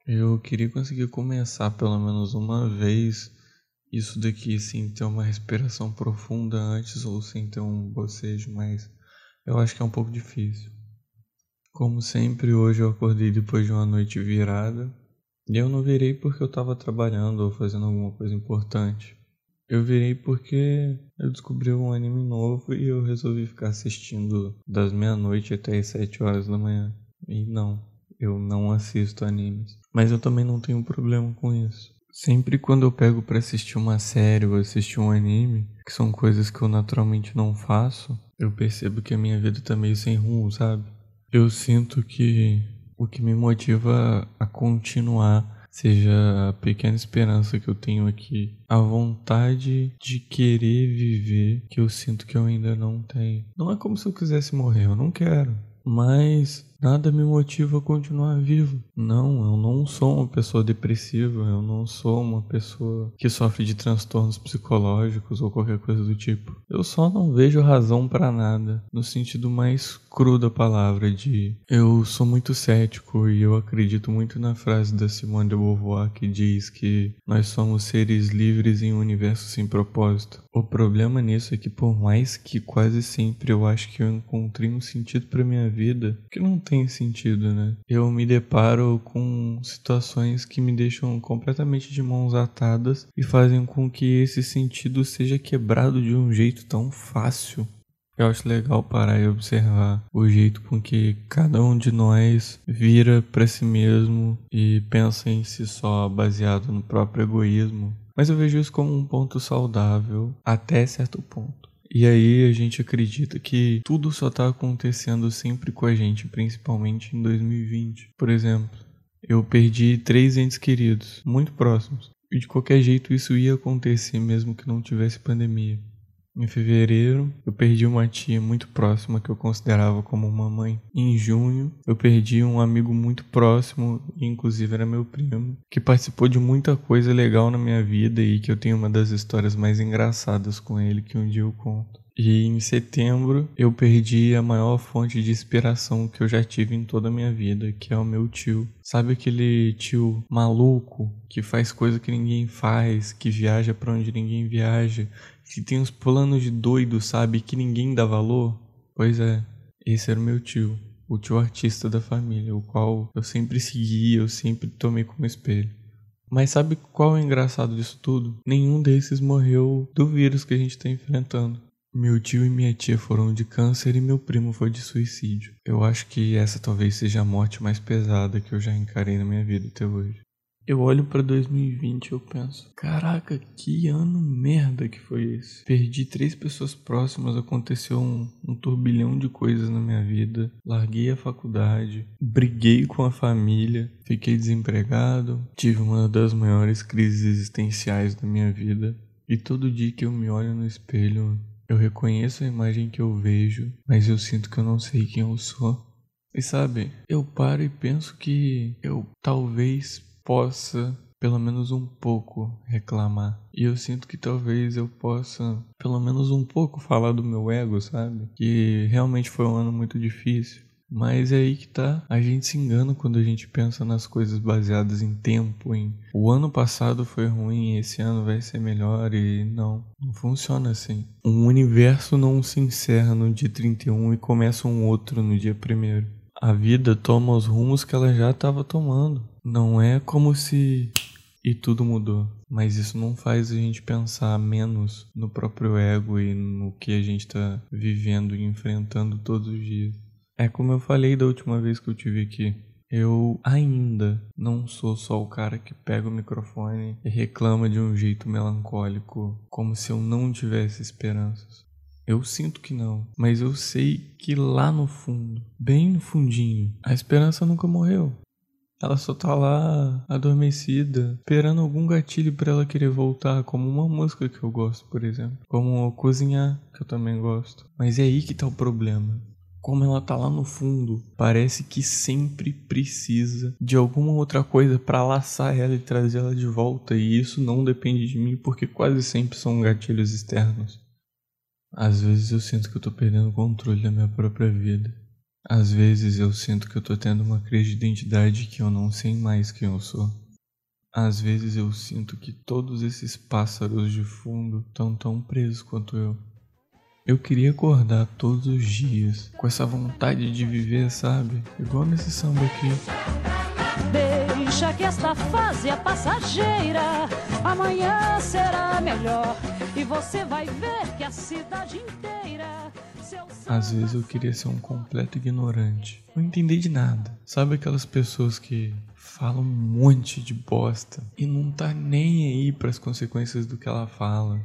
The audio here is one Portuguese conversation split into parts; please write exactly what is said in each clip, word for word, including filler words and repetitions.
Eu queria conseguir começar pelo menos uma vez isso daqui sem ter uma respiração profunda antes ou sem ter um bocejo, mas eu acho que é um pouco difícil. Como sempre, hoje eu acordei depois de uma noite virada e eu não virei porque eu estava trabalhando ou fazendo alguma coisa importante. Eu virei porque eu descobri um anime novo e eu resolvi ficar assistindo das meia-noite até as sete horas da manhã. E não, eu não assisto animes. Mas eu também não tenho problema com isso. Sempre quando eu pego pra assistir uma série ou assistir um anime, que são coisas que eu naturalmente não faço, eu percebo que a minha vida tá meio sem rumo, sabe? Eu sinto que o que me motiva a continuar seja a pequena esperança que eu tenho aqui, a vontade de querer viver que eu sinto que eu ainda não tenho. Não é como se eu quisesse morrer, eu não quero, mas nada me motiva a continuar vivo. Não, eu não sou uma pessoa depressiva, eu não sou uma pessoa que sofre de transtornos psicológicos ou qualquer coisa do tipo. Eu só não vejo razão pra nada, no sentido mais cru da palavra, de eu sou muito cético e eu acredito muito na frase da Simone de Beauvoir que diz que nós somos seres livres em um universo sem propósito. O problema nisso é que por mais que quase sempre eu acho que eu encontrei um sentido pra minha vida, que não tem sentido, né? Eu me deparo com situações que me deixam completamente de mãos atadas e fazem com que esse sentido seja quebrado de um jeito tão fácil. Eu acho legal parar e observar o jeito com que cada um de nós vira pra si mesmo e pensa em si só baseado no próprio egoísmo. Mas eu vejo isso como um ponto saudável até certo ponto. E aí a gente acredita que tudo só tá acontecendo sempre com a gente, principalmente em dois mil e vinte. Por exemplo, eu perdi três entes queridos, muito próximos. E de qualquer jeito isso ia acontecer mesmo que não tivesse pandemia. Em fevereiro, eu perdi uma tia muito próxima que eu considerava como uma mãe. Em junho, eu perdi um amigo muito próximo, inclusive era meu primo, que participou de muita coisa legal na minha vida e que eu tenho uma das histórias mais engraçadas com ele que um dia eu conto. E em setembro, eu perdi a maior fonte de inspiração que eu já tive em toda a minha vida, que é o meu tio. Sabe aquele tio maluco que faz coisa que ninguém faz, que viaja pra onde ninguém viaja, que tem uns planos de doido, sabe, que ninguém dá valor? Pois é, esse era o meu tio, o tio artista da família, o qual eu sempre segui, eu sempre tomei como espelho. Mas sabe qual é o engraçado disso tudo? Nenhum desses morreu do vírus que a gente está enfrentando. Meu tio e minha tia foram de câncer e meu primo foi de suicídio. Eu acho que essa talvez seja a morte mais pesada que eu já encarei na minha vida até hoje. Eu olho pra dois mil e vinte e eu penso, caraca, que ano merda que foi esse. Perdi três pessoas próximas, aconteceu um, um turbilhão de coisas na minha vida. Larguei a faculdade, briguei com a família, fiquei desempregado, tive uma das maiores crises existenciais da minha vida. E todo dia que eu me olho no espelho, eu reconheço a imagem que eu vejo, mas eu sinto que eu não sei quem eu sou. E sabe, eu paro e penso que eu talvez possa, pelo menos um pouco, reclamar. E eu sinto que talvez eu possa, pelo menos um pouco, falar do meu ego, sabe? Que realmente foi um ano muito difícil. Mas é aí que tá, a gente se engana quando a gente pensa nas coisas baseadas em tempo, em o ano passado foi ruim, esse ano vai ser melhor, e não, não funciona assim. Um universo não se encerra no dia trinta e um e começa um outro no dia primeiro. A vida toma os rumos que ela já estava tomando. Não é como se e tudo mudou, mas isso não faz a gente pensar menos no próprio ego e no que a gente está vivendo e enfrentando todos os dias. É como eu falei da última vez que eu tive aqui. Eu ainda não sou só o cara que pega o microfone e reclama de um jeito melancólico, como se eu não tivesse esperanças. Eu sinto que não, mas eu sei que lá no fundo, bem no fundinho, a esperança nunca morreu. Ela só tá lá, adormecida, esperando algum gatilho pra ela querer voltar, como uma música que eu gosto, por exemplo. Como cozinhar, que eu também gosto. Mas é aí que tá o problema. Como ela tá lá no fundo, parece que sempre precisa de alguma outra coisa pra laçar ela e trazer ela de volta. E isso não depende de mim, porque quase sempre são gatilhos externos. Às vezes eu sinto que eu tô perdendo o controle da minha própria vida. Às vezes eu sinto que eu tô tendo uma crise de identidade que eu não sei mais quem eu sou. Às vezes eu sinto que todos esses pássaros de fundo estão tão presos quanto eu. Eu queria acordar todos os dias com essa vontade de viver, sabe? Igual nesse samba aqui. Deixa que esta fase é passageira, amanhã será melhor e você vai ver que a cidade inteira. Às vezes eu queria ser um completo ignorante, não entender de nada. Sabe aquelas pessoas que falam um monte de bosta e não tá nem aí pras consequências do que ela fala?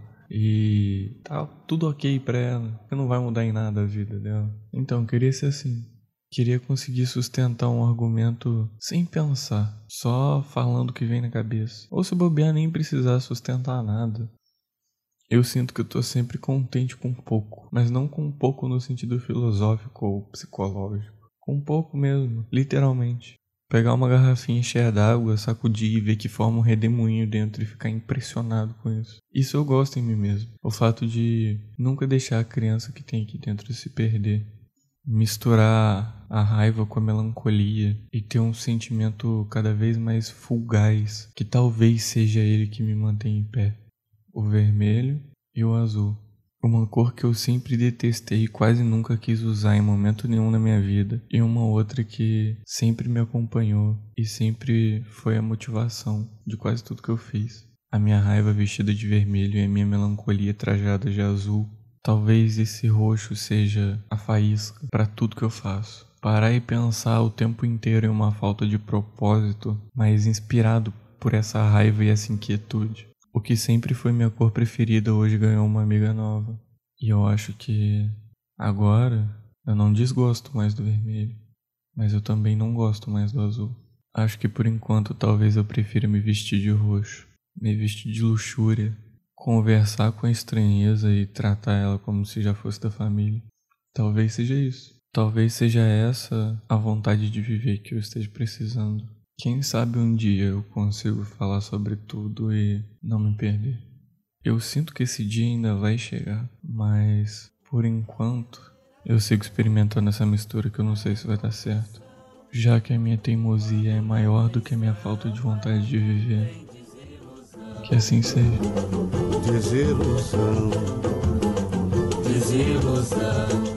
E tá tudo ok pra ela, que não vai mudar em nada a vida dela. Então, eu queria ser assim. Queria conseguir sustentar um argumento sem pensar, só falando o que vem na cabeça. Ou se bobear, nem precisar sustentar nada. Eu sinto que eu tô sempre contente com pouco, mas não com pouco no sentido filosófico ou psicológico. Com pouco mesmo, literalmente. Pegar uma garrafinha cheia d'água, sacudir e ver que forma um redemoinho dentro e ficar impressionado com isso. Isso eu gosto em mim mesmo. O fato de nunca deixar a criança que tem aqui dentro se perder. Misturar a raiva com a melancolia e ter um sentimento cada vez mais fugaz, que talvez seja ele que me mantém em pé. O vermelho e o azul. Uma cor que eu sempre detestei e quase nunca quis usar em momento nenhum na minha vida. E uma outra que sempre me acompanhou e sempre foi a motivação de quase tudo que eu fiz. A minha raiva vestida de vermelho e a minha melancolia trajada de azul. Talvez esse roxo seja a faísca para tudo que eu faço. Parar e pensar o tempo inteiro em uma falta de propósito, mas inspirado por essa raiva e essa inquietude. O que sempre foi minha cor preferida hoje ganhou uma amiga nova. E eu acho que agora eu não desgosto mais do vermelho, mas eu também não gosto mais do azul. Acho que por enquanto talvez eu prefira me vestir de roxo, me vestir de luxúria, conversar com a estranheza e tratar ela como se já fosse da família. Talvez seja isso. Talvez seja essa a vontade de viver que eu esteja precisando. Quem sabe um dia eu consigo falar sobre tudo e não me perder. Eu sinto que esse dia ainda vai chegar, mas por enquanto eu sigo experimentando essa mistura que eu não sei se vai dar certo. Já que a minha teimosia é maior do que a minha falta de vontade de viver. Que assim seja. Desilusão, desilusão.